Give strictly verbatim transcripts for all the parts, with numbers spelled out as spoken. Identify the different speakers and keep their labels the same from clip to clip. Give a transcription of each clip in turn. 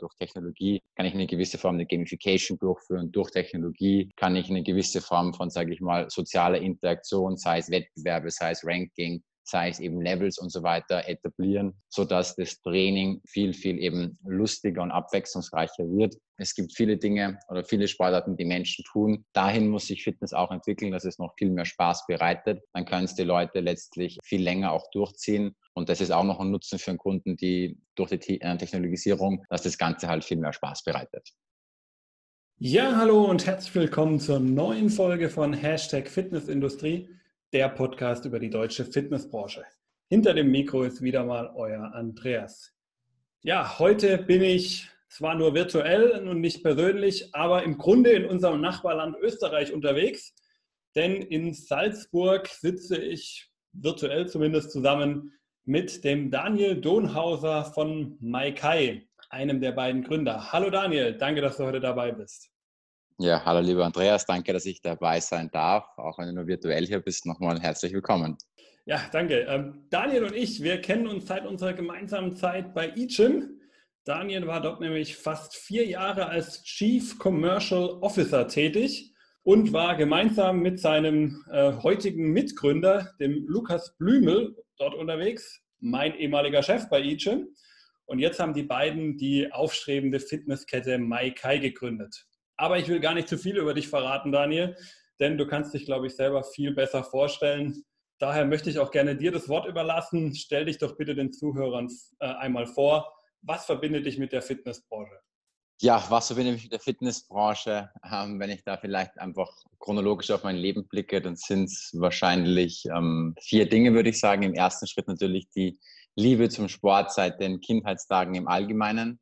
Speaker 1: Durch Technologie kann ich eine gewisse Form der Gamification durchführen. Durch Technologie kann ich eine gewisse Form von, sage ich mal, sozialer Interaktion, sei es Wettbewerbe, sei es Ranking, sei es eben Levels und so weiter, etablieren, sodass das Training viel, viel eben lustiger und abwechslungsreicher wird. Es gibt viele Dinge oder viele Sportarten, die Menschen tun. Dahin muss sich Fitness auch entwickeln, dass es noch viel mehr Spaß bereitet. Dann können es die Leute letztlich viel länger auch durchziehen. Und das ist auch noch ein Nutzen für den Kunden, die durch die Technologisierung, dass das Ganze halt viel mehr Spaß bereitet.
Speaker 2: Ja, hallo und herzlich willkommen zur neuen Folge von Hashtag Fitnessindustrie, der Podcast über die deutsche Fitnessbranche. Hinter dem Mikro ist wieder mal euer Andreas. Ja, heute bin ich zwar nur virtuell und nicht persönlich, aber im Grunde in unserem Nachbarland Österreich unterwegs, denn in Salzburg sitze ich virtuell zumindest zusammen mit dem Daniel Donhauser von Maikai, einem der beiden Gründer. Hallo Daniel, danke, dass du heute dabei bist.
Speaker 1: Ja, hallo lieber Andreas, danke, dass ich dabei sein darf. Auch wenn du nur virtuell hier bist, nochmal herzlich willkommen.
Speaker 2: Ja, danke. Ähm, Daniel und ich, wir kennen uns seit unserer gemeinsamen Zeit bei eGym. Daniel war dort nämlich fast vier Jahre als Chief Commercial Officer tätig und war gemeinsam mit seinem äh, heutigen Mitgründer, dem Lukas Blümel, dort unterwegs, mein ehemaliger Chef bei eGym. Und jetzt haben die beiden die aufstrebende Fitnesskette Maikai gegründet. Aber ich will gar nicht zu viel über dich verraten, Daniel, denn du kannst dich, glaube ich, selber viel besser vorstellen. Daher möchte ich auch gerne dir das Wort überlassen. Stell dich doch bitte den Zuhörern äh, einmal vor. Was verbindet dich mit der Fitnessbranche?
Speaker 1: Ja, was verbindet mich mit der Fitnessbranche? Ähm, wenn ich da vielleicht einfach chronologisch auf mein Leben blicke, dann sind es wahrscheinlich ähm, vier Dinge, würde ich sagen. Im ersten Schritt natürlich die Liebe zum Sport seit den Kindheitstagen im Allgemeinen.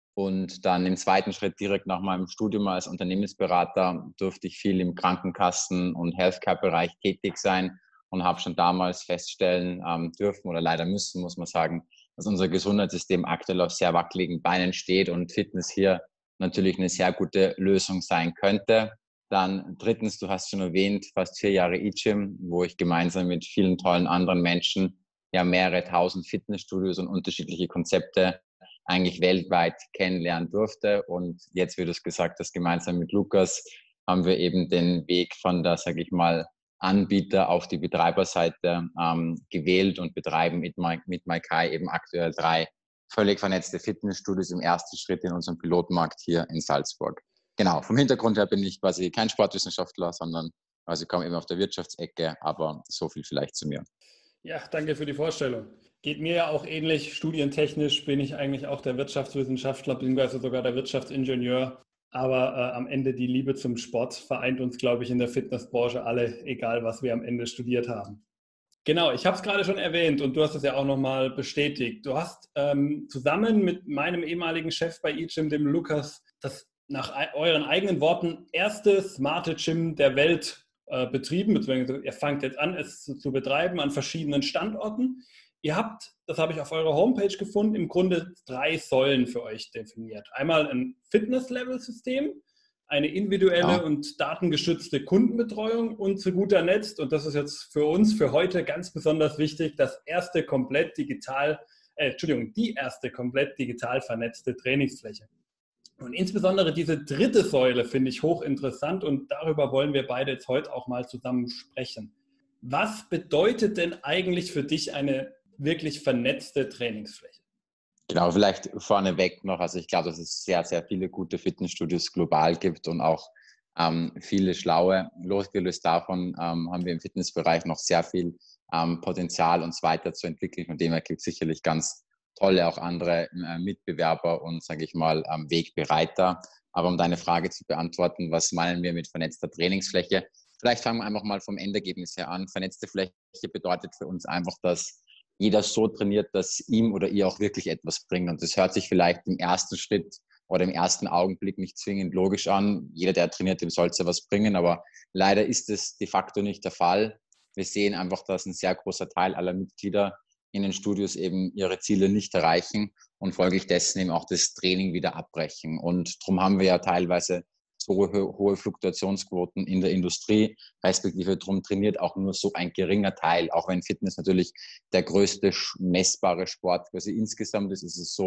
Speaker 1: Und dann im zweiten Schritt direkt nach meinem Studium als Unternehmensberater durfte ich viel im Krankenkassen- und Healthcare-Bereich tätig sein und habe schon damals feststellen ähm, dürfen oder leider müssen, muss man sagen, dass unser Gesundheitssystem aktuell auf sehr wackeligen Beinen steht und Fitness hier natürlich eine sehr gute Lösung sein könnte. Dann drittens, du hast schon erwähnt, fast vier Jahre eGym, wo ich gemeinsam mit vielen tollen anderen Menschen ja mehrere tausend Fitnessstudios und unterschiedliche Konzepte eigentlich weltweit kennenlernen durfte. Und jetzt, wie du es gesagt hast, gemeinsam mit Lukas haben wir eben den Weg von der, sage ich mal, Anbieter auf die Betreiberseite ähm, gewählt und betreiben mit, mit Maikai eben aktuell drei völlig vernetzte Fitnessstudios im ersten Schritt in unserem Pilotmarkt hier in Salzburg. Genau, vom Hintergrund her bin ich quasi kein Sportwissenschaftler, sondern also ich komme eben auf der Wirtschaftsecke, aber so viel vielleicht zu mir.
Speaker 2: Ja, danke für die Vorstellung. Geht mir ja auch ähnlich. Studientechnisch bin ich eigentlich auch der Wirtschaftswissenschaftler bzw. sogar der Wirtschaftsingenieur. Aber äh, am Ende die Liebe zum Sport vereint uns, glaube ich, in der Fitnessbranche alle, egal was wir am Ende studiert haben. Genau, ich habe es gerade schon erwähnt und du hast es ja auch nochmal bestätigt. Du hast ähm, zusammen mit meinem ehemaligen Chef bei eGym, dem Lukas, das nach euren eigenen Worten erste smarte Gym der Welt äh, betrieben, beziehungsweise ihr fangt jetzt an, es zu, zu betreiben an verschiedenen Standorten. Ihr habt, das habe ich auf eurer Homepage gefunden, im Grunde drei Säulen für euch definiert. Einmal ein Fitness-Level-System, eine individuelle ja. und datengestützte Kundenbetreuung und zu guter Letzt, und das ist jetzt für uns für heute ganz besonders wichtig, das erste komplett digital, äh, Entschuldigung, die erste komplett digital vernetzte Trainingsfläche. Und insbesondere diese dritte Säule finde ich hochinteressant und darüber wollen wir beide jetzt heute auch mal zusammen sprechen. Was bedeutet denn eigentlich für dich eine wirklich vernetzte Trainingsfläche?
Speaker 1: Genau, vielleicht vorneweg noch, also ich glaube, dass es sehr, sehr viele gute Fitnessstudios global gibt und auch ähm, viele schlaue. Losgelöst davon ähm, haben wir im Fitnessbereich noch sehr viel ähm, Potenzial, uns weiterzuentwickeln. Von dem her gibt es sicherlich ganz tolle auch andere äh, Mitbewerber und, sage ich mal, ähm, Wegbereiter. Aber um deine Frage zu beantworten, was meinen wir mit vernetzter Trainingsfläche? Vielleicht fangen wir einfach mal vom Endergebnis her an. Vernetzte Fläche bedeutet für uns einfach, dass jeder so trainiert, dass ihm oder ihr auch wirklich etwas bringt. Und das hört sich vielleicht im ersten Schritt oder im ersten Augenblick nicht zwingend logisch an. Jeder, der trainiert, dem soll es ja was bringen. Aber leider ist es de facto nicht der Fall. Wir sehen einfach, dass ein sehr großer Teil aller Mitglieder in den Studios eben ihre Ziele nicht erreichen und folglich dessen eben auch das Training wieder abbrechen. Und darum haben wir ja teilweise so hohe Fluktuationsquoten in der Industrie, respektive darum trainiert auch nur so ein geringer Teil. Auch wenn Fitness natürlich der größte messbare Sport quasi insgesamt ist, ist es so,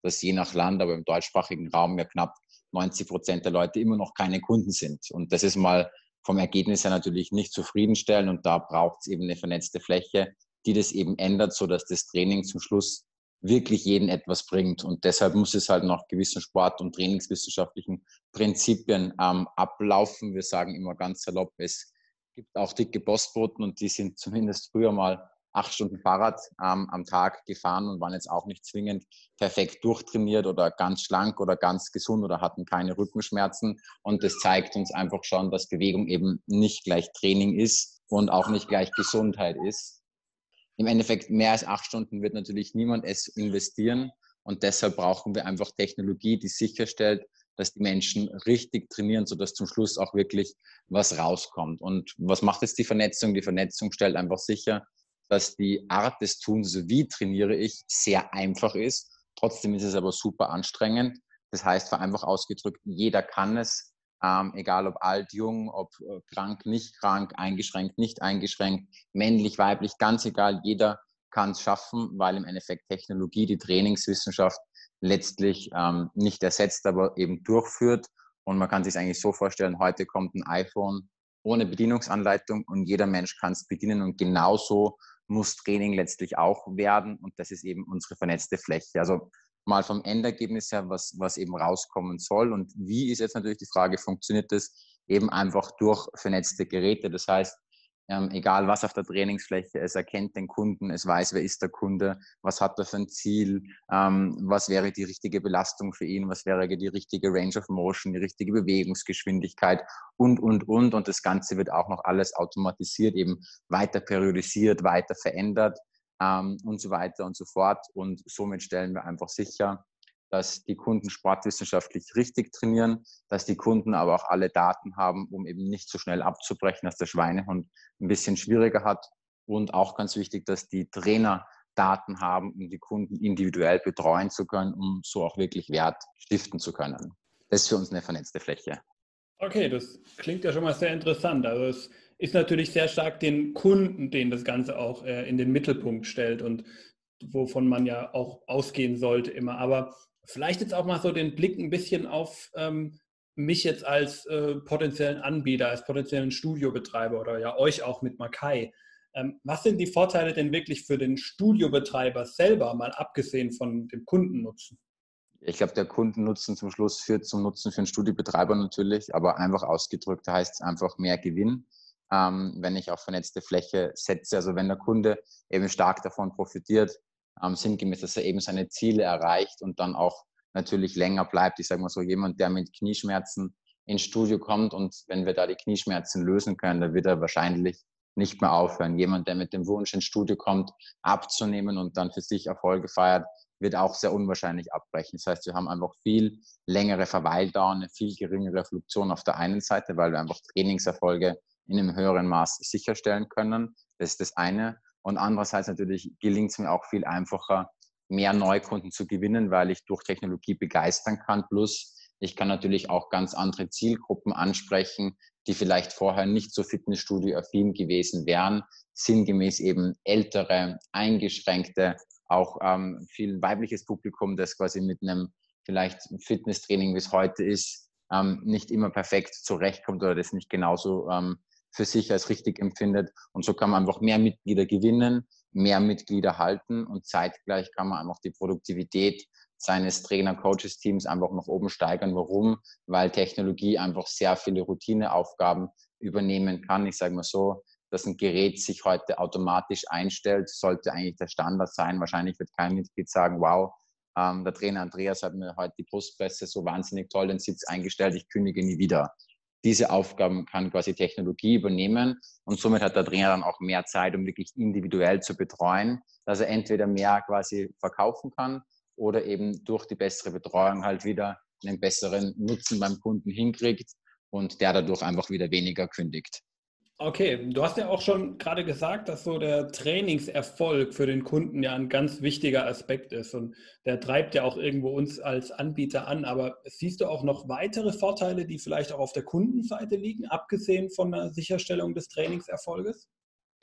Speaker 1: dass je nach Land, aber im deutschsprachigen Raum ja knapp neunzig Prozent der Leute immer noch keine Kunden sind. Und das ist mal vom Ergebnis her natürlich nicht zufriedenstellend. Und da braucht es eben eine vernetzte Fläche, die das eben ändert, sodass das Training zum Schluss wirklich jeden etwas bringt. Und deshalb muss es halt nach gewissen Sport- und trainingswissenschaftlichen Prinzipien ähm, ablaufen. Wir sagen immer ganz salopp, es gibt auch dicke Postboten und die sind zumindest früher mal acht Stunden Fahrrad ähm, am Tag gefahren und waren jetzt auch nicht zwingend perfekt durchtrainiert oder ganz schlank oder ganz gesund oder hatten keine Rückenschmerzen. Und das zeigt uns einfach schon, dass Bewegung eben nicht gleich Training ist und auch nicht gleich Gesundheit ist. Im Endeffekt mehr als acht Stunden wird natürlich niemand es investieren und deshalb brauchen wir einfach Technologie, die sicherstellt, dass die Menschen richtig trainieren, sodass zum Schluss auch wirklich was rauskommt. Und was macht jetzt die Vernetzung? Die Vernetzung stellt einfach sicher, dass die Art des Tuns, also wie trainiere ich, sehr einfach ist. Trotzdem ist es aber super anstrengend. Das heißt, vereinfacht ausgedrückt, jeder kann es. Ähm, egal ob alt, jung, ob äh, krank, nicht krank, eingeschränkt, nicht eingeschränkt, männlich, weiblich, ganz egal, jeder kann es schaffen, weil im Endeffekt Technologie die Trainingswissenschaft letztlich ähm, nicht ersetzt, aber eben durchführt. Und man kann sich eigentlich so vorstellen, heute kommt ein iPhone ohne Bedienungsanleitung und jeder Mensch kann es bedienen und genauso muss Training letztlich auch werden und das ist eben unsere vernetzte Fläche. Also mal vom Endergebnis her, was, was eben rauskommen soll. Und wie ist jetzt natürlich die Frage, funktioniert das eben einfach durch vernetzte Geräte? Das heißt, ähm, egal was auf der Trainingsfläche, es erkennt den Kunden, es weiß, wer ist der Kunde, was hat er für ein Ziel, ähm, was wäre die richtige Belastung für ihn, was wäre die richtige Range of Motion, die richtige Bewegungsgeschwindigkeit und, und, und. Und das Ganze wird auch noch alles automatisiert, eben weiter periodisiert, weiter verändert ähm, und so weiter und so fort. Und somit stellen wir einfach sicher, dass die Kunden sportwissenschaftlich richtig trainieren, dass die Kunden aber auch alle Daten haben, um eben nicht so schnell abzubrechen, dass der Schweinehund ein bisschen schwieriger hat. Und auch ganz wichtig, dass die Trainer Daten haben, um die Kunden individuell betreuen zu können, um so auch wirklich Wert stiften zu können. Das ist für uns eine vernetzte Fläche.
Speaker 2: Okay, das klingt ja schon mal sehr interessant. Also es ist natürlich sehr stark den Kunden, den das Ganze auch äh, in den Mittelpunkt stellt und wovon man ja auch ausgehen sollte immer. Aber vielleicht jetzt auch mal so den Blick ein bisschen auf ähm, mich jetzt als äh, potenziellen Anbieter, als potenziellen Studiobetreiber oder ja euch auch mit Makai. Ähm, was sind die Vorteile denn wirklich für den Studiobetreiber selber, mal abgesehen von dem Kundennutzen?
Speaker 1: Ich glaube, der Kundennutzen zum Schluss führt zum Nutzen für den Studiobetreiber natürlich, aber einfach ausgedrückt heißt es einfach mehr Gewinn, ähm, wenn ich auf vernetzte Fläche setze. Also wenn der Kunde eben stark davon profitiert, ähm, sinngemäß, dass er eben seine Ziele erreicht und dann auch natürlich länger bleibt. Ich sage mal so, jemand, der mit Knieschmerzen ins Studio kommt und wenn wir da die Knieschmerzen lösen können, dann wird er wahrscheinlich nicht mehr aufhören. Jemand, der mit dem Wunsch ins Studio kommt, abzunehmen und dann für sich Erfolge feiert, wird auch sehr unwahrscheinlich abbrechen. Das heißt, wir haben einfach viel längere Verweildauer, eine viel geringere Fluktuation auf der einen Seite, weil wir einfach Trainingserfolge in einem höheren Maß sicherstellen können. Das ist das eine. Und andererseits natürlich gelingt es mir auch viel einfacher, mehr Neukunden zu gewinnen, weil ich durch Technologie begeistern kann. Plus, ich kann natürlich auch ganz andere Zielgruppen ansprechen, die vielleicht vorher nicht so Fitnessstudio-affin gewesen wären, sinngemäß eben ältere, eingeschränkte, auch ähm, viel weibliches Publikum, das quasi mit einem vielleicht Fitnesstraining, wie es heute ist, ähm, nicht immer perfekt zurechtkommt oder das nicht genauso ähm, für sich als richtig empfindet. Und so kann man einfach mehr Mitglieder gewinnen, mehr Mitglieder halten und zeitgleich kann man einfach die Produktivität seines Trainer-Coaches-Teams einfach nach oben steigern. Warum? Weil Technologie einfach sehr viele Routineaufgaben übernehmen kann. Ich sage mal so, dass ein Gerät sich heute automatisch einstellt, sollte eigentlich der Standard sein. Wahrscheinlich wird kein Mitglied sagen, wow, ähm, der Trainer Andreas hat mir heute die Brustpresse so wahnsinnig toll den Sitz eingestellt, ich kündige nie wieder. Diese Aufgaben kann quasi Technologie übernehmen und somit hat der Trainer dann auch mehr Zeit, um wirklich individuell zu betreuen, dass er entweder mehr quasi verkaufen kann oder eben durch die bessere Betreuung halt wieder einen besseren Nutzen beim Kunden hinkriegt und der dadurch einfach wieder weniger kündigt.
Speaker 2: Okay, du hast ja auch schon gerade gesagt, dass so der Trainingserfolg für den Kunden ja ein ganz wichtiger Aspekt ist und der treibt ja auch irgendwo uns als Anbieter an. Aber siehst du auch noch weitere Vorteile, die vielleicht auch auf der Kundenseite liegen, abgesehen von der Sicherstellung des Trainingserfolges?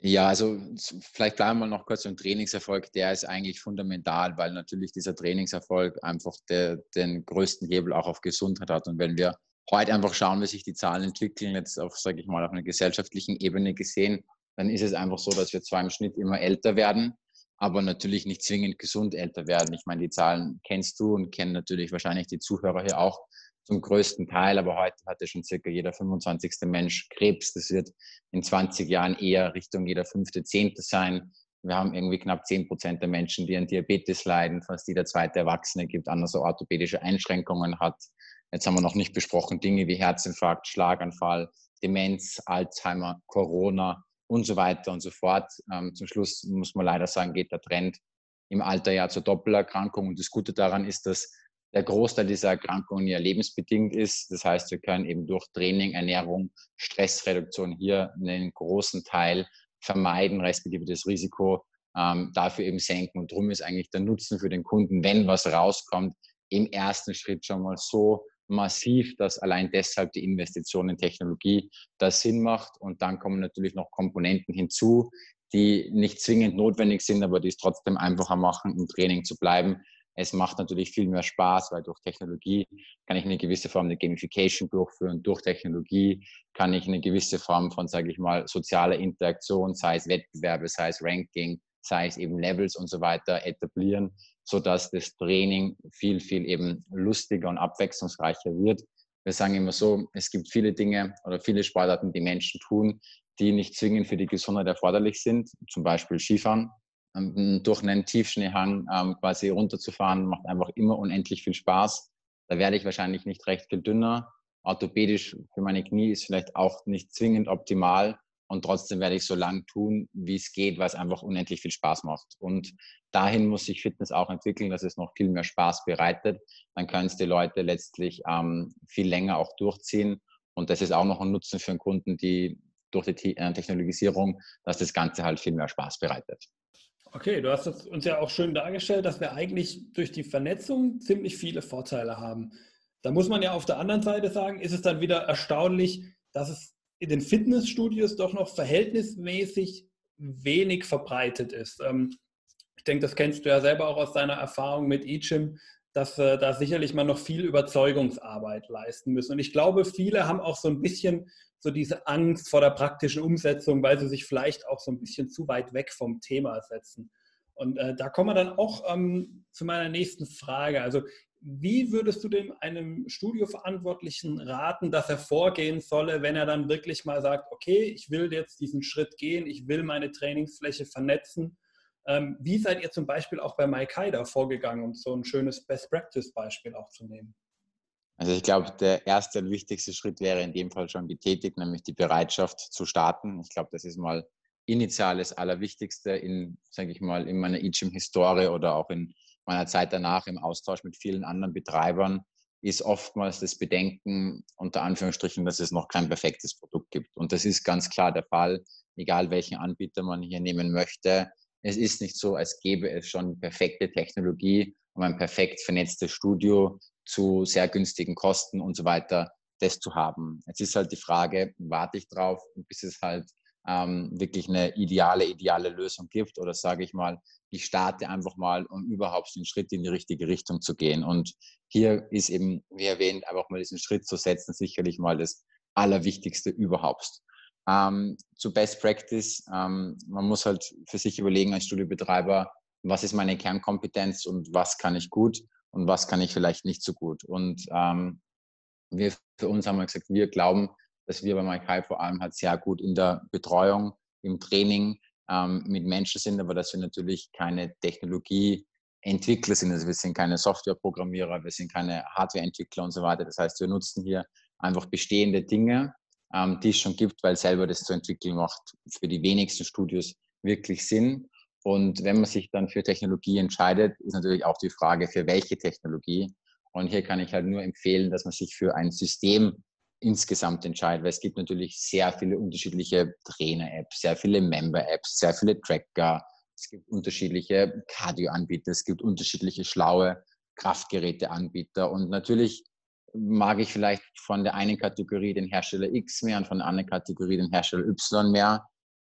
Speaker 1: Ja, also vielleicht bleiben wir mal noch kurz beim Trainingserfolg. Der ist eigentlich fundamental, weil natürlich dieser Trainingserfolg einfach der, den größten Hebel auch auf Gesundheit hat. Und wenn wir heute einfach schauen, wie sich die Zahlen entwickeln, jetzt auf, sage ich mal, auf einer gesellschaftlichen Ebene gesehen, dann ist es einfach so, dass wir zwar im Schnitt immer älter werden, aber natürlich nicht zwingend gesund älter werden. Ich meine, die Zahlen kennst du und kennen natürlich wahrscheinlich die Zuhörer hier auch zum größten Teil, aber heute hat ja schon circa jeder fünfundzwanzigste Mensch Krebs. Das wird in zwanzig Jahren eher Richtung jeder fünfte, zehnte sein. Wir haben irgendwie knapp zehn Prozent der Menschen, die an Diabetes leiden. Fast jeder zweite Erwachsene gibt an, dass er orthopädische Einschränkungen hat. Jetzt haben wir noch nicht besprochen Dinge wie Herzinfarkt, Schlaganfall, Demenz, Alzheimer, Corona und so weiter und so fort. Ähm, zum Schluss muss man leider sagen, geht der Trend im Alter ja zur Doppelerkrankung. Und das Gute daran ist, dass der Großteil dieser Erkrankungen ja lebensbedingt ist. Das heißt, wir können eben durch Training, Ernährung, Stressreduktion hier einen großen Teil vermeiden, respektive das Risiko ähm, dafür eben senken. Und darum ist eigentlich der Nutzen für den Kunden, wenn was rauskommt, im ersten Schritt schon mal so massiv, dass allein deshalb die Investition in Technologie da Sinn macht. Und dann kommen natürlich noch Komponenten hinzu, die nicht zwingend notwendig sind, aber die es trotzdem einfacher machen, im Training zu bleiben. Es macht natürlich viel mehr Spaß, weil durch Technologie kann ich eine gewisse Form der Gamification durchführen. Durch Technologie kann ich eine gewisse Form von, sage ich mal, sozialer Interaktion, sei es Wettbewerbe, sei es Ranking, sei es eben Levels und so weiter etablieren, sodass das Training viel, viel eben lustiger und abwechslungsreicher wird. Wir sagen immer so, es gibt viele Dinge oder viele Sportarten, die Menschen tun, die nicht zwingend für die Gesundheit erforderlich sind, zum Beispiel Skifahren. Durch einen Tiefschneehang ähm, quasi runterzufahren, macht einfach immer unendlich viel Spaß. Da werde ich wahrscheinlich nicht recht viel dünner. Orthopädisch für meine Knie ist vielleicht auch nicht zwingend optimal. Und trotzdem werde ich so lang tun, wie es geht, weil es einfach unendlich viel Spaß macht. Und dahin muss sich Fitness auch entwickeln, dass es noch viel mehr Spaß bereitet. Dann können es die Leute letztlich ähm, viel länger auch durchziehen. Und das ist auch noch ein Nutzen für den Kunden, die durch die Technologisierung, dass das Ganze halt viel mehr Spaß bereitet.
Speaker 2: Okay, du hast es uns ja auch schön dargestellt, dass wir eigentlich durch die Vernetzung ziemlich viele Vorteile haben. Da muss man ja auf der anderen Seite sagen, ist es dann wieder erstaunlich, dass es in den Fitnessstudios doch noch verhältnismäßig wenig verbreitet ist. Ähm, ich denke, das kennst du ja selber auch aus deiner Erfahrung mit eGym, dass wir da sicherlich mal noch viel Überzeugungsarbeit leisten müssen. Und ich glaube, viele haben auch so ein bisschen so diese Angst vor der praktischen Umsetzung, weil sie sich vielleicht auch so ein bisschen zu weit weg vom Thema setzen. Und äh, da kommen wir dann auch ähm, zu meiner nächsten Frage. Also wie würdest du dem einem Studioverantwortlichen raten, dass er vorgehen solle, wenn er dann wirklich mal sagt, okay, ich will jetzt diesen Schritt gehen, ich will meine Trainingsfläche vernetzen. Ähm, wie seid ihr zum Beispiel auch bei Maikaida vorgegangen, um so ein schönes Best-Practice-Beispiel auch zu nehmen?
Speaker 1: Also ich glaube, der erste und wichtigste Schritt wäre in dem Fall schon getätigt, nämlich die Bereitschaft zu starten. Ich glaube, das ist mal initial das Allerwichtigste in, sage ich mal, in meiner eGym-Historie oder auch in meiner Zeit danach im Austausch mit vielen anderen Betreibern, ist oftmals das Bedenken, unter Anführungsstrichen, dass es noch kein perfektes Produkt gibt. Und das ist ganz klar der Fall, egal welchen Anbieter man hier nehmen möchte. Es ist nicht so, als gäbe es schon perfekte Technologie, um ein perfekt vernetztes Studio zu sehr günstigen Kosten und so weiter, das zu haben. Jetzt ist halt die Frage, warte ich drauf, bis es halt ähm, wirklich eine ideale, ideale Lösung gibt, oder sage ich mal, ich starte einfach mal, um überhaupt den Schritt in die richtige Richtung zu gehen. Und hier ist eben, wie erwähnt, einfach mal diesen Schritt zu setzen, sicherlich mal das Allerwichtigste überhaupt. Ähm, zu Best Practice, ähm, man muss halt für sich überlegen als Studiobetreiber, was ist meine Kernkompetenz und was kann ich gut und was kann ich vielleicht nicht so gut. Und ähm, wir für uns haben wir gesagt, wir glauben, dass wir bei Maikai vor allem halt sehr gut in der Betreuung, im Training ähm, mit Menschen sind, aber dass wir natürlich keine Technologieentwickler sind. Also wir sind keine Softwareprogrammierer, wir sind keine Hardwareentwickler und so weiter. Das heißt, wir nutzen hier einfach bestehende Dinge, ähm, die es schon gibt, weil selber das zu entwickeln macht für die wenigsten Studios wirklich Sinn. Und wenn man sich dann für Technologie entscheidet, ist natürlich auch die Frage, für welche Technologie. Und hier kann ich halt nur empfehlen, dass man sich für ein System insgesamt entscheidet, weil es gibt natürlich sehr viele unterschiedliche Trainer-Apps, sehr viele Member-Apps, sehr viele Tracker, es gibt unterschiedliche Cardio-Anbieter, es gibt unterschiedliche schlaue Kraftgeräte-Anbieter und natürlich mag ich vielleicht von der einen Kategorie den Hersteller X mehr und von der anderen Kategorie den Hersteller Y mehr.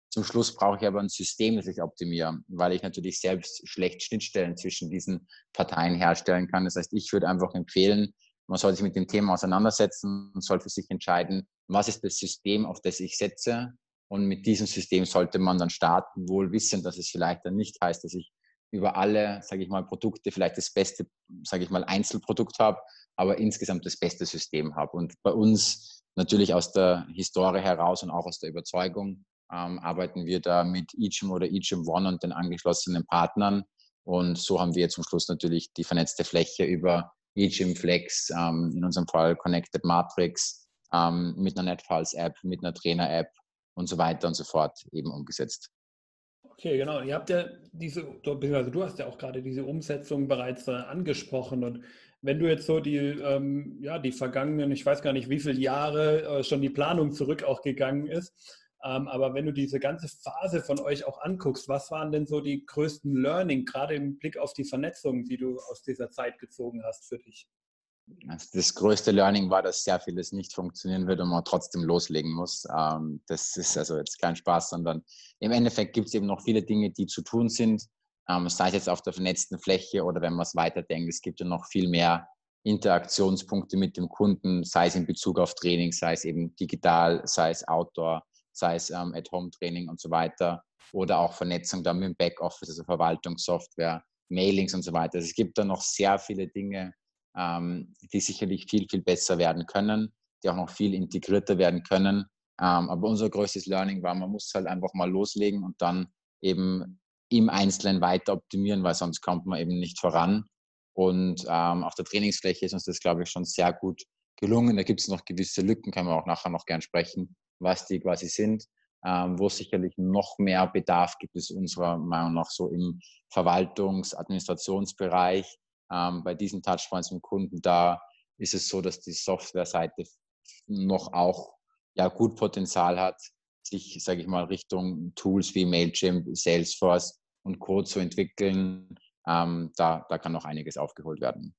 Speaker 1: Zum Schluss brauche ich aber ein System, das ich optimiere, weil ich natürlich selbst schlecht Schnittstellen zwischen diesen Parteien herstellen kann. Das heißt, ich würde einfach empfehlen, man soll sich mit dem Thema auseinandersetzen und soll für sich entscheiden, was ist das System, auf das ich setze. Und mit diesem System sollte man dann starten, wohl wissend, dass es vielleicht dann nicht heißt, dass ich über alle, sage ich mal, Produkte vielleicht das beste, sage ich mal, Einzelprodukt habe, aber insgesamt das beste System habe. Und bei uns natürlich aus der Historie heraus und auch aus der Überzeugung ähm, arbeiten wir da mit eGym oder eGym One und den angeschlossenen Partnern. Und so haben wir zum Schluss natürlich die vernetzte Fläche über eGym Flex, ähm, in unserem Fall Connected Matrix, ähm, mit einer NetFiles-App, mit einer Trainer-App und so weiter und so fort eben umgesetzt.
Speaker 2: Okay, genau. Ihr habt ja diese, beziehungsweise du hast ja auch gerade diese Umsetzung bereits äh, angesprochen. Und wenn du jetzt so die, ähm, ja, die vergangenen, ich weiß gar nicht, wie viele Jahre äh, schon die Planung zurück auch gegangen ist, ähm, aber wenn du diese ganze Phase von euch auch anguckst, was waren denn so die größten Learning, gerade im Blick auf die Vernetzung, die du aus dieser Zeit gezogen hast für dich?
Speaker 1: Also das größte Learning war, dass sehr vieles nicht funktionieren wird und man trotzdem loslegen muss. Ähm, das ist also jetzt kein Spaß, sondern im Endeffekt gibt es eben noch viele Dinge, die zu tun sind, ähm, sei es jetzt auf der vernetzten Fläche oder wenn man es weiterdenkt. Es gibt ja noch viel mehr Interaktionspunkte mit dem Kunden, sei es in Bezug auf Training, sei es eben digital, sei es Outdoor, sei es ähm, At-Home-Training und so weiter oder auch Vernetzung dann mit dem Backoffice, also Verwaltungssoftware, Mailings und so weiter. Also es gibt da noch sehr viele Dinge, ähm, die sicherlich viel, viel besser werden können, die auch noch viel integrierter werden können. Ähm, aber unser größtes Learning war, man muss halt einfach mal loslegen und dann eben im Einzelnen weiter optimieren, weil sonst kommt man eben nicht voran. Und ähm, auf der Trainingsfläche ist uns das, glaube ich, schon sehr gut gelungen. Da gibt es noch gewisse Lücken, können wir auch nachher noch gern sprechen, was die quasi sind. Ähm, wo es sicherlich noch mehr Bedarf gibt, ist unserer Meinung nach so im Verwaltungs-, Administrationsbereich. Ähm, bei diesen Touchpoints mit Kunden, da ist es so, dass die Softwareseite noch auch ja, gut Potenzial hat, sich, sage ich mal, Richtung Tools wie Mailchimp, Salesforce und Co. zu entwickeln. Ähm, da, da kann noch einiges aufgeholt werden.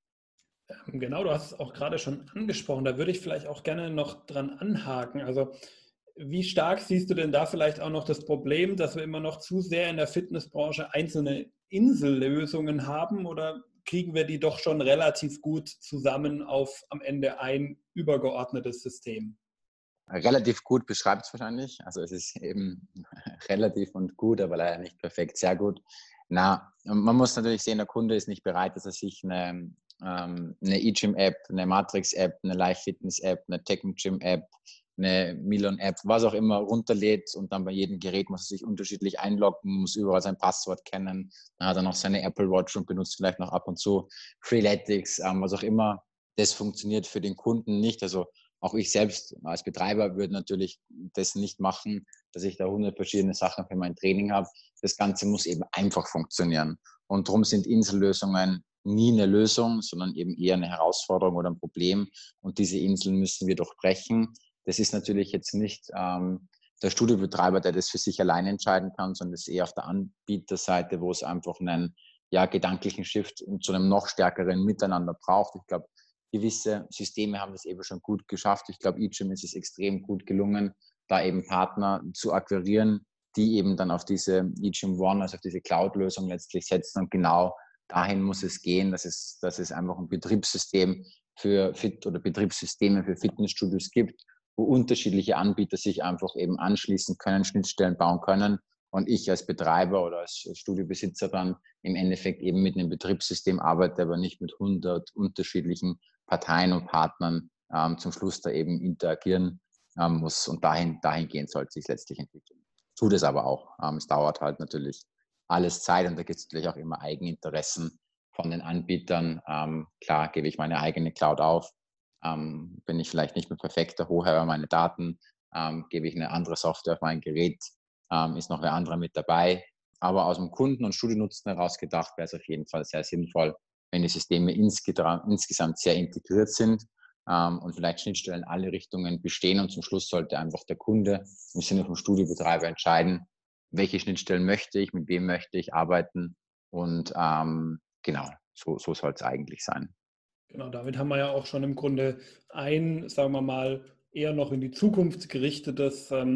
Speaker 2: Genau, du hast es auch gerade schon angesprochen. Da würde ich vielleicht auch gerne noch dran anhaken. Also, wie stark siehst du denn da vielleicht auch noch das Problem, dass wir immer noch zu sehr in der Fitnessbranche einzelne Insellösungen haben, oder kriegen wir die doch schon relativ gut zusammen auf am Ende ein übergeordnetes System?
Speaker 1: Relativ gut beschreibt es wahrscheinlich. Also es ist eben relativ und gut, aber leider nicht perfekt, sehr gut. Na, man muss natürlich sehen, der Kunde ist nicht bereit, dass er sich eine, ähm, eine eGym-App, eine Matrix-App, eine Live-Fitness-App, eine Tech-Gym-App, eine Milon-App, was auch immer runterlädt und dann bei jedem Gerät muss er sich unterschiedlich einloggen, muss überall sein Passwort kennen, dann hat er noch seine Apple Watch und benutzt vielleicht noch ab und zu Freeletics, ähm, was auch immer. Das funktioniert für den Kunden nicht. Also auch ich selbst als Betreiber würde natürlich das nicht machen, dass ich da hundert verschiedene Sachen für mein Training habe. Das Ganze muss eben einfach funktionieren. Und darum sind Insellösungen nie eine Lösung, sondern eben eher eine Herausforderung oder ein Problem. Und diese Inseln müssen wir durchbrechen. Das ist natürlich jetzt nicht ähm, der Studiobetreiber, der das für sich allein entscheiden kann, sondern das ist eher auf der Anbieterseite, wo es einfach einen ja, gedanklichen Shift zu einem noch stärkeren Miteinander braucht. Ich glaube, gewisse Systeme haben das eben schon gut geschafft. Ich glaube, eGym ist es extrem gut gelungen, da eben Partner zu akquirieren, die eben dann auf diese eGym One, also auf diese Cloud-Lösung letztlich setzen. Und genau dahin muss es gehen, dass es, dass es einfach ein Betriebssystem für Fit oder Betriebssysteme für Fitnessstudios gibt, wo unterschiedliche Anbieter sich einfach eben anschließen können, Schnittstellen bauen können. Und ich als Betreiber oder als Studiobesitzer dann im Endeffekt eben mit einem Betriebssystem arbeite, aber nicht mit hundert unterschiedlichen Parteien und Partnern ähm, zum Schluss da eben interagieren ähm, muss. Und dahin, dahingehend sollte sich letztlich entwickeln. Tut es aber auch. Ähm, es dauert halt natürlich alles Zeit und da gibt es natürlich auch immer Eigeninteressen von den Anbietern. Ähm, klar gebe ich meine eigene Cloud auf, ähm, bin ich vielleicht nicht mehr perfekter Hochherr über meine Daten, ähm, gebe ich eine andere Software auf mein Gerät, ähm, ist noch wer anderer mit dabei. Aber aus dem Kunden- und Studionutzen heraus gedacht wäre es auf jeden Fall sehr sinnvoll, wenn die Systeme insgesamt sehr integriert sind ähm, und vielleicht Schnittstellen in alle Richtungen bestehen. Und zum Schluss sollte einfach der Kunde im Sinne vom Studiobetreiber entscheiden, welche Schnittstellen möchte ich, mit wem möchte ich arbeiten. Und ähm, genau, so, so soll es eigentlich sein.
Speaker 2: Genau, damit haben wir ja auch schon im Grunde ein, sagen wir mal, eher noch in die Zukunft gerichtetes ähm,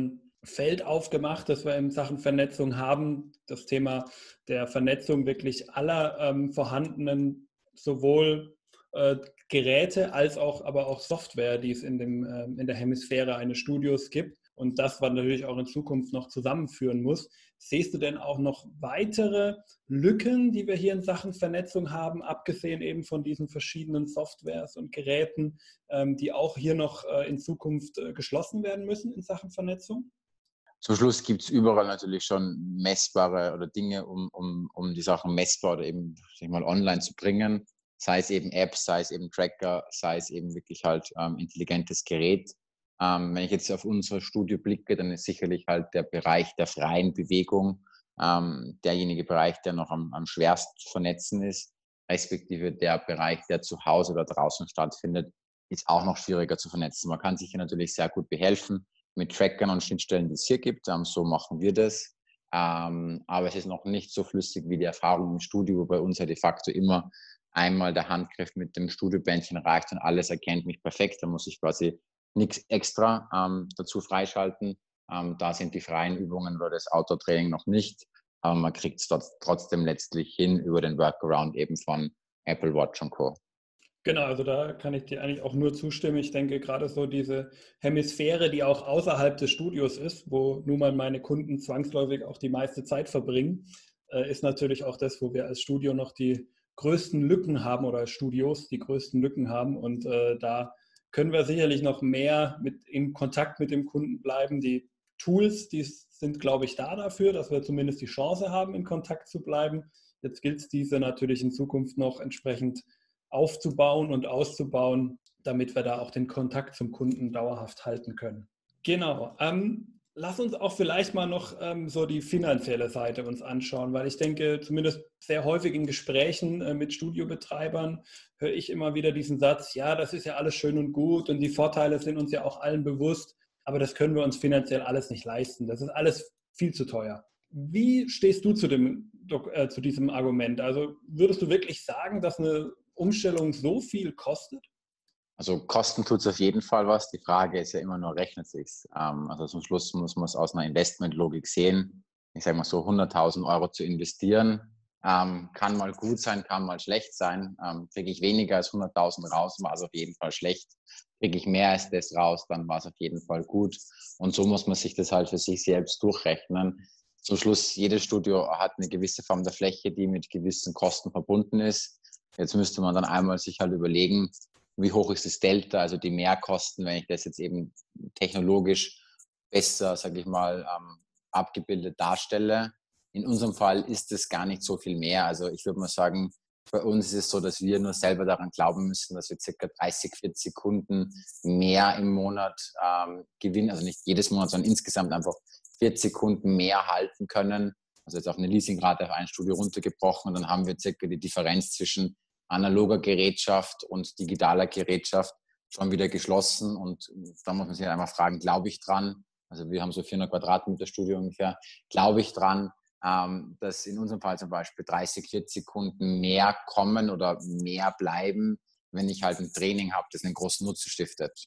Speaker 2: Feld aufgemacht, das wir in Sachen Vernetzung haben. Das Thema der Vernetzung wirklich aller ähm, vorhandenen sowohl äh, Geräte als auch aber auch Software, die es in, dem, äh, in der Hemisphäre eines Studios gibt. Und das, was natürlich auch in Zukunft noch zusammenführen muss. Siehst du denn auch noch weitere Lücken, die wir hier in Sachen Vernetzung haben, abgesehen eben von diesen verschiedenen Softwares und Geräten, ähm, die auch hier noch äh, in Zukunft äh, geschlossen werden müssen in Sachen Vernetzung?
Speaker 1: Zum Schluss gibt es überall natürlich schon messbare oder Dinge, um, um, um die Sachen messbar oder eben sag ich mal, online zu bringen. Sei es eben Apps, sei es eben Tracker, sei es eben wirklich halt ähm, intelligentes Gerät. Ähm, wenn ich jetzt auf unser Studio blicke, dann ist sicherlich halt der Bereich der freien Bewegung ähm, derjenige Bereich, der noch am, am schwersten zu vernetzen ist, respektive der Bereich, der zu Hause oder draußen stattfindet, ist auch noch schwieriger zu vernetzen. Man kann sich hier natürlich sehr gut behelfen mit Trackern und Schnittstellen, die es hier gibt. Ähm, so machen wir das. Ähm, aber es ist noch nicht so flüssig wie die Erfahrung im Studio, wo bei uns ja de facto immer einmal der Handgriff mit dem Studiobändchen reicht und alles erkennt mich perfekt. Da muss ich quasi nichts extra ähm, dazu freischalten. Ähm, da sind die freien Übungen oder das Outdoor-Training noch nicht. Aber man kriegt es trotzdem letztlich hin über den Workaround eben von Apple Watch und Co.
Speaker 2: Genau, also da kann ich dir eigentlich auch nur zustimmen. Ich denke, gerade so diese Hemisphäre, die auch außerhalb des Studios ist, wo nun mal meine Kunden zwangsläufig auch die meiste Zeit verbringen, äh, ist natürlich auch das, wo wir als Studio noch die größten Lücken haben oder als Studios die größten Lücken haben. Und äh, da können wir sicherlich noch mehr mit in Kontakt mit dem Kunden bleiben. Die Tools, die sind, glaube ich, da dafür, dass wir zumindest die Chance haben, in Kontakt zu bleiben. Jetzt gilt es, diese natürlich in Zukunft noch entsprechend aufzubauen und auszubauen, damit wir da auch den Kontakt zum Kunden dauerhaft halten können. Genau. Ähm, lass uns auch vielleicht mal noch ähm, so die finanzielle Seite uns anschauen, weil ich denke, zumindest sehr häufig in Gesprächen äh, mit Studiobetreibern höre ich immer wieder diesen Satz, ja, das ist ja alles schön und gut und die Vorteile sind uns ja auch allen bewusst, aber das können wir uns finanziell alles nicht leisten. Das ist alles viel zu teuer. Wie stehst du zu, dem, äh, zu diesem Argument? Also würdest du wirklich sagen, dass eine Umstellung so viel kostet?
Speaker 1: Also kosten tut es auf jeden Fall was. Die Frage ist ja immer nur, rechnet sich's? Ähm, also zum Schluss muss man es aus einer Investmentlogik sehen. Ich sage mal so, hunderttausend Euro zu investieren, ähm, kann mal gut sein, kann mal schlecht sein. Ähm, kriege ich weniger als hunderttausend raus, war es auf jeden Fall schlecht. Kriege ich mehr als das raus, dann war es auf jeden Fall gut. Und so muss man sich das halt für sich selbst durchrechnen. Zum Schluss, jedes Studio hat eine gewisse Form der Fläche, die mit gewissen Kosten verbunden ist. Jetzt müsste man dann einmal sich halt überlegen, wie hoch ist das Delta, also die Mehrkosten, wenn ich das jetzt eben technologisch besser, sage ich mal, ähm, abgebildet darstelle. In unserem Fall ist es gar nicht so viel mehr. Also ich würde mal sagen, bei uns ist es so, dass wir nur selber daran glauben müssen, dass wir circa dreißig, vierzig Kunden mehr im Monat ähm, gewinnen. Also nicht jedes Monat, sondern insgesamt einfach vierzig Kunden mehr halten können. Also jetzt auf eine Leasingrate auf ein Studio runtergebrochen. Und dann haben wir circa die Differenz zwischen analoger Gerätschaft und digitaler Gerätschaft schon wieder geschlossen. Und da muss man sich einmal fragen, glaube ich dran? Also wir haben so vierhundert Quadratmeter Studio ungefähr. Glaube ich dran, ähm, dass in unserem Fall zum Beispiel dreißig, vierzig Kunden mehr kommen oder mehr bleiben, wenn ich halt ein Training habe, das einen großen Nutzen stiftet?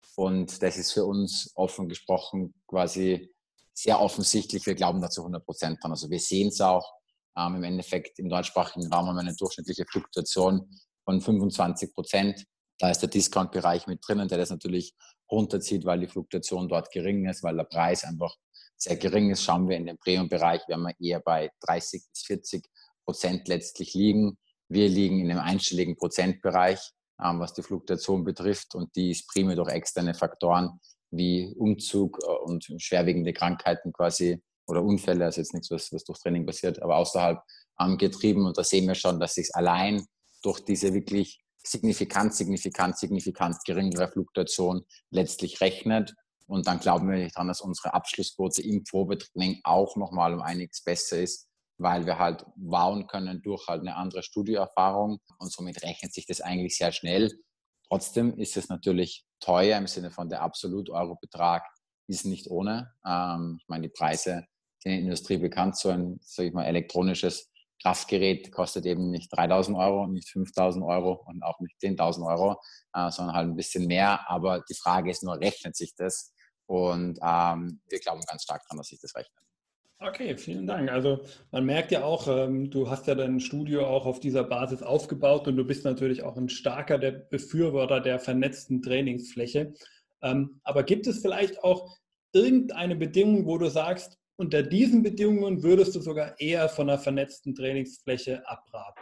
Speaker 1: Und das ist für uns offen gesprochen quasi sehr offensichtlich. Wir glauben dazu hundert Prozent dran. Also wir sehen es auch. Ähm, Im Endeffekt im deutschsprachigen Raum haben wir eine durchschnittliche Fluktuation von fünfundzwanzig Prozent. Da ist der Discount-Bereich mit drinnen, der das natürlich runterzieht, weil die Fluktuation dort gering ist, weil der Preis einfach sehr gering ist. Schauen wir in den Premium-Bereich, werden wir eher bei dreißig bis vierzig Prozent letztlich liegen. Wir liegen in einem einstelligen Prozentbereich, ähm, was die Fluktuation betrifft, und die ist primär durch externe Faktoren wie Umzug äh, und schwerwiegende Krankheiten quasi oder Unfälle, also jetzt nichts, was, was durch Training passiert, aber außerhalb ähm, getrieben. Und da sehen wir schon, dass sich allein durch diese wirklich signifikant, signifikant, signifikant geringere Fluktuation letztlich rechnet. Und dann glauben wir nicht daran, dass unsere Abschlussquote im Probetraining auch nochmal um einiges besser ist, weil wir halt wowen können durch halt eine andere Studioerfahrung. Und somit rechnet sich das eigentlich sehr schnell. Trotzdem ist es natürlich teuer im Sinne von der Absolut-Euro-Betrag ist nicht ohne. Ähm, ich meine, die Preise sind in der Industrie bekannt. So ein, sag ich mal, elektronisches Kraftgerät kostet eben nicht dreitausend Euro, nicht fünftausend Euro und auch nicht zehntausend Euro, äh, sondern halt ein bisschen mehr. Aber die Frage ist nur, rechnet sich das? Und ähm, wir glauben ganz stark daran, dass sich das rechnet.
Speaker 2: Okay, vielen Dank. Also man merkt ja auch, ähm, du hast ja dein Studio auch auf dieser Basis aufgebaut und du bist natürlich auch ein starker der Befürworter der vernetzten Trainingsfläche. Ähm, aber gibt es vielleicht auch irgendeine Bedingung, wo du sagst, unter diesen Bedingungen würdest du sogar eher von einer vernetzten Trainingsfläche abraten?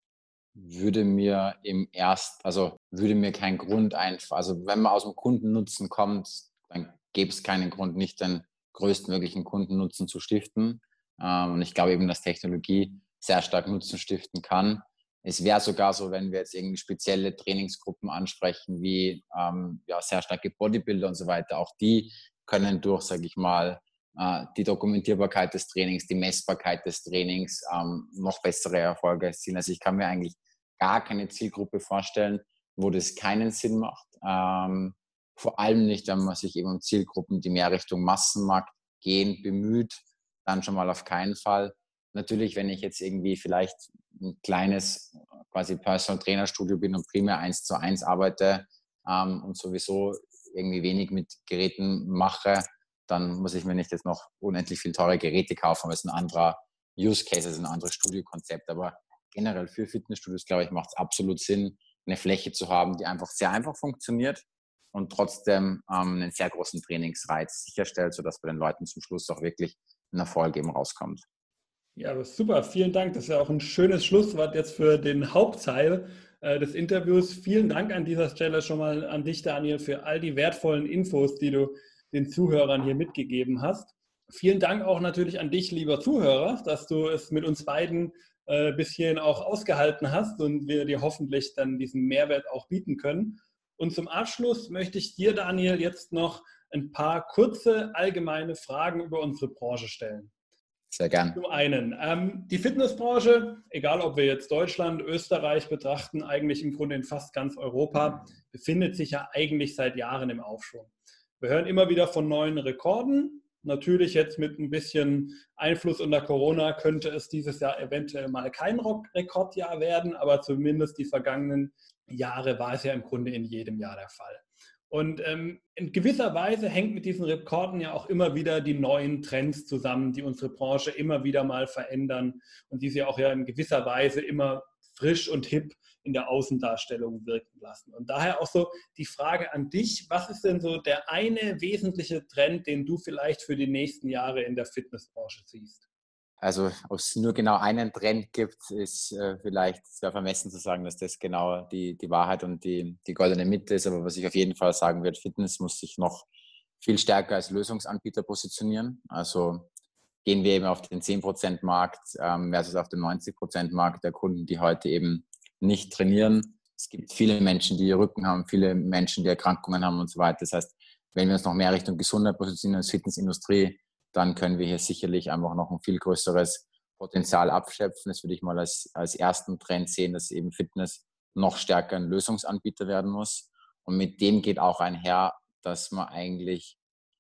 Speaker 1: Würde mir im erst, also würde mir kein Grund einfach, also wenn man aus dem Kundennutzen kommt, dann gäbe es keinen Grund, nicht den größtmöglichen Kundennutzen zu stiften. Ähm, und ich glaube eben, dass Technologie sehr stark Nutzen stiften kann. Es wäre sogar so, wenn wir jetzt irgendwie spezielle Trainingsgruppen ansprechen, wie ähm, ja, sehr starke Bodybuilder und so weiter. Auch die können durch, sage ich mal, äh, die Dokumentierbarkeit des Trainings, die Messbarkeit des Trainings ähm, noch bessere Erfolge erzielen. Also ich kann mir eigentlich gar keine Zielgruppe vorstellen, wo das keinen Sinn macht. Ähm, vor allem nicht, wenn man sich eben um Zielgruppen, die mehr Richtung Massenmarkt gehen, bemüht, dann schon mal auf keinen Fall. Natürlich, wenn ich jetzt irgendwie vielleicht ein kleines quasi Personal Trainer Studio bin und primär eins zu eins arbeite ähm, und sowieso irgendwie wenig mit Geräten mache, dann muss ich mir nicht jetzt noch unendlich viel teure Geräte kaufen. Das ist ein anderer Use Case, das ist ein anderes Studiokonzept. Aber generell für Fitnessstudios, glaube ich, macht es absolut Sinn, eine Fläche zu haben, die einfach sehr einfach funktioniert und trotzdem ähm, einen sehr großen Trainingsreiz sicherstellt, sodass bei den Leuten zum Schluss auch wirklich ein Erfolg eben rauskommt.
Speaker 2: Ja, aber super, vielen Dank. Das ist ja auch ein schönes Schlusswort jetzt für den Hauptteil äh, des Interviews. Vielen Dank an dieser Stelle schon mal an dich, Daniel, für all die wertvollen Infos, die du den Zuhörern hier mitgegeben hast. Vielen Dank auch natürlich an dich, lieber Zuhörer, dass du es mit uns beiden äh, bis hierhin auch ausgehalten hast und wir dir hoffentlich dann diesen Mehrwert auch bieten können. Und zum Abschluss möchte ich dir, Daniel, jetzt noch ein paar kurze allgemeine Fragen über unsere Branche stellen.
Speaker 1: Sehr gern.
Speaker 2: Zum einen, ähm, die Fitnessbranche, egal ob wir jetzt Deutschland, Österreich betrachten, eigentlich im Grunde in fast ganz Europa, befindet sich ja eigentlich seit Jahren im Aufschwung. Wir hören immer wieder von neuen Rekorden. Natürlich jetzt mit ein bisschen Einfluss unter Corona könnte es dieses Jahr eventuell mal kein Rekordjahr werden, aber zumindest die vergangenen Jahre war es ja im Grunde in jedem Jahr der Fall. Und ähm, in gewisser Weise hängt mit diesen Rekorden ja auch immer wieder die neuen Trends zusammen, die unsere Branche immer wieder mal verändern und die sie auch ja in gewisser Weise immer frisch und hip in der Außendarstellung wirken lassen. Und daher auch so die Frage an dich, was ist denn so der eine wesentliche Trend, den du vielleicht für die nächsten Jahre in der Fitnessbranche siehst?
Speaker 1: Also ob es nur genau einen Trend gibt, ist äh, vielleicht sehr vermessen zu sagen, dass das genau die, die Wahrheit und die, die goldene Mitte ist. Aber was ich auf jeden Fall sagen würde, Fitness muss sich noch viel stärker als Lösungsanbieter positionieren. Also gehen wir eben auf den zehn Prozent Markt ähm, versus auf den neunzig Prozent Markt der Kunden, die heute eben nicht trainieren. Es gibt viele Menschen, die Rücken haben, viele Menschen, die Erkrankungen haben und so weiter. Das heißt, wenn wir uns noch mehr Richtung Gesundheit positionieren als Fitnessindustrie, dann können wir hier sicherlich einfach noch ein viel größeres Potenzial abschöpfen. Das würde ich mal als, als ersten Trend sehen, dass eben Fitness noch stärker ein Lösungsanbieter werden muss. Und mit dem geht auch einher, dass man eigentlich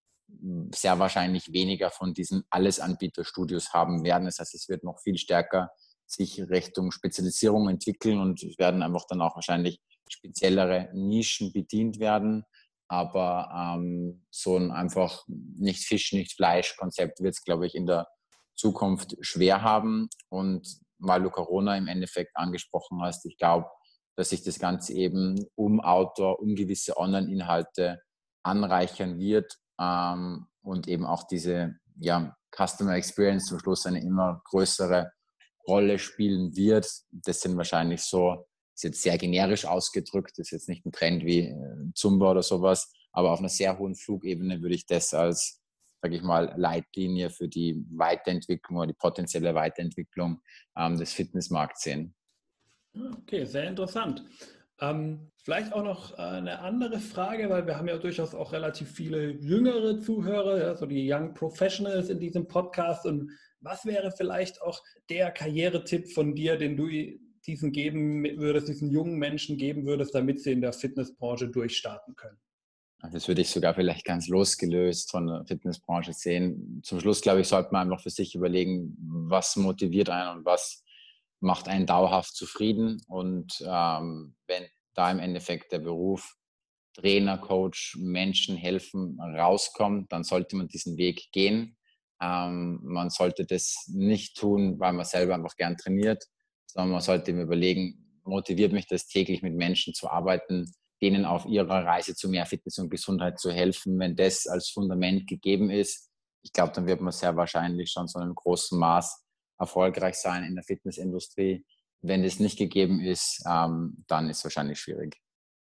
Speaker 1: sehr wahrscheinlich weniger von diesen Allesanbieterstudios haben werden. Das heißt, es wird noch viel stärker sich Richtung Spezialisierung entwickeln und es werden einfach dann auch wahrscheinlich speziellere Nischen bedient werden. Aber ähm, so ein einfach nicht Fisch, nicht Fleisch-Konzept wird es, glaube ich, in der Zukunft schwer haben. Und weil du Corona im Endeffekt angesprochen hast, ich glaube, dass sich das Ganze eben um Outdoor, um gewisse Online-Inhalte anreichern wird ähm, und eben auch diese ja, Customer Experience zum Schluss eine immer größere Rolle spielen wird. Das sind wahrscheinlich so, ist jetzt sehr generisch ausgedrückt, ist jetzt nicht ein Trend wie äh, Zumba oder sowas, aber auf einer sehr hohen Flugebene würde ich das als, sage ich mal, Leitlinie für die Weiterentwicklung oder die potenzielle Weiterentwicklung ähm, des Fitnessmarkts sehen.
Speaker 2: Okay, sehr interessant. Ähm, vielleicht auch noch äh, eine andere Frage, weil wir haben ja durchaus auch relativ viele jüngere Zuhörer, ja, so die Young Professionals in diesem Podcast. Und was wäre vielleicht auch der Karrieretipp von dir, den du diesen geben würdest, diesen jungen Menschen geben würdest, damit sie in der Fitnessbranche durchstarten können?
Speaker 1: Das würde ich sogar vielleicht ganz losgelöst von der Fitnessbranche sehen. Zum Schluss, glaube ich, sollte man einfach für sich überlegen, was motiviert einen und was macht einen dauerhaft zufrieden. Und ähm, wenn da im Endeffekt der Beruf Trainer, Coach, Menschen helfen, rauskommt, dann sollte man diesen Weg gehen. Ähm, man sollte das nicht tun, weil man selber einfach gern trainiert, sondern man sollte mir überlegen, motiviert mich das täglich mit Menschen zu arbeiten, denen auf ihrer Reise zu mehr Fitness und Gesundheit zu helfen. Wenn das als Fundament gegeben ist, ich glaube, dann wird man sehr wahrscheinlich schon zu einem großen Maß erfolgreich sein in der Fitnessindustrie. Wenn das nicht gegeben ist, ähm, dann ist es wahrscheinlich schwierig.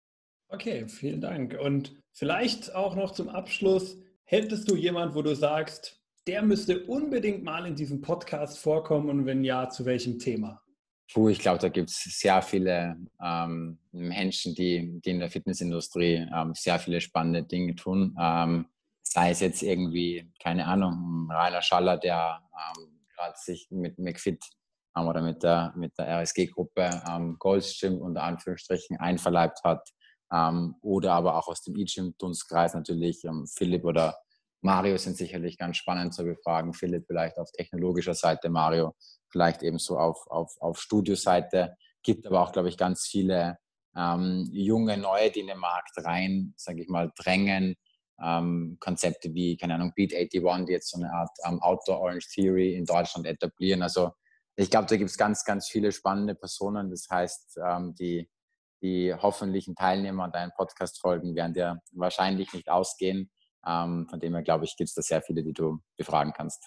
Speaker 2: Okay, vielen Dank. Und vielleicht auch noch zum Abschluss, hättest du jemand, wo du sagst, der müsste unbedingt mal in diesem Podcast vorkommen und wenn ja, zu welchem Thema?
Speaker 1: Puh, ich glaube, da gibt es sehr viele ähm, Menschen, die, die in der Fitnessindustrie ähm, sehr viele spannende Dinge tun. Ähm, sei es jetzt irgendwie, keine Ahnung, Rainer Schaller, der ähm, gerade sich mit McFit ähm, oder mit der, mit der R S G-Gruppe ähm, Gold's Gym unter Anführungsstrichen einverleibt hat. Ähm, oder aber auch aus dem E-Gym-Dunstkreis natürlich ähm, Philipp oder Mario sind sicherlich ganz spannend zu befragen. Philipp vielleicht auf technologischer Seite, Mario vielleicht eben so auf, auf, auf Studioseite. Gibt aber auch, glaube ich, ganz viele ähm, junge Neue, die in den Markt rein, sage ich mal, drängen. Ähm, Konzepte wie, keine Ahnung, Beat einundachtzig, die jetzt so eine Art ähm, Outdoor Orange Theory in Deutschland etablieren. Also ich glaube, da gibt es ganz, ganz viele spannende Personen. Das heißt, ähm, die, die hoffentlichen Teilnehmer an deinen Podcast-Folgen werden dir wahrscheinlich nicht ausgehen. Ähm, von dem her, glaube ich, gibt es da sehr viele, die du befragen kannst.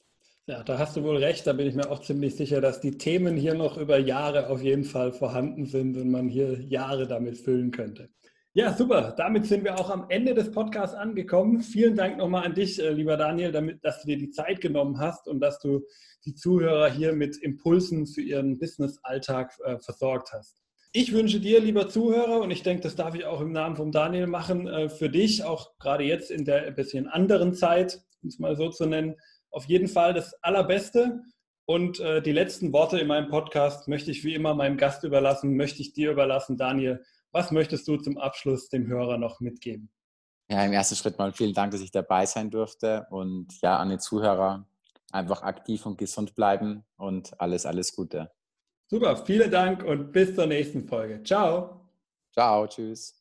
Speaker 2: Ja, da hast du wohl recht. Da bin ich mir auch ziemlich sicher, dass die Themen hier noch über Jahre auf jeden Fall vorhanden sind und man hier Jahre damit füllen könnte. Ja, super. Damit sind wir auch am Ende des Podcasts angekommen. Vielen Dank nochmal an dich, lieber Daniel, damit, dass du dir die Zeit genommen hast und dass du die Zuhörer hier mit Impulsen für ihren Business-Alltag äh, versorgt hast. Ich wünsche dir, lieber Zuhörer, und ich denke, das darf ich auch im Namen von Daniel machen, äh, für dich, auch gerade jetzt in der ein bisschen anderen Zeit, um es mal so zu nennen, auf jeden Fall das Allerbeste. Und äh, die letzten Worte in meinem Podcast möchte ich wie immer meinem Gast überlassen, möchte ich dir überlassen. Daniel, was möchtest du zum Abschluss dem Hörer noch mitgeben?
Speaker 1: Ja, im ersten Schritt mal vielen Dank, dass ich dabei sein durfte. Und ja, an die Zuhörer einfach aktiv und gesund bleiben und alles, alles Gute.
Speaker 2: Super, vielen Dank und bis zur nächsten Folge. Ciao.
Speaker 1: Ciao, tschüss.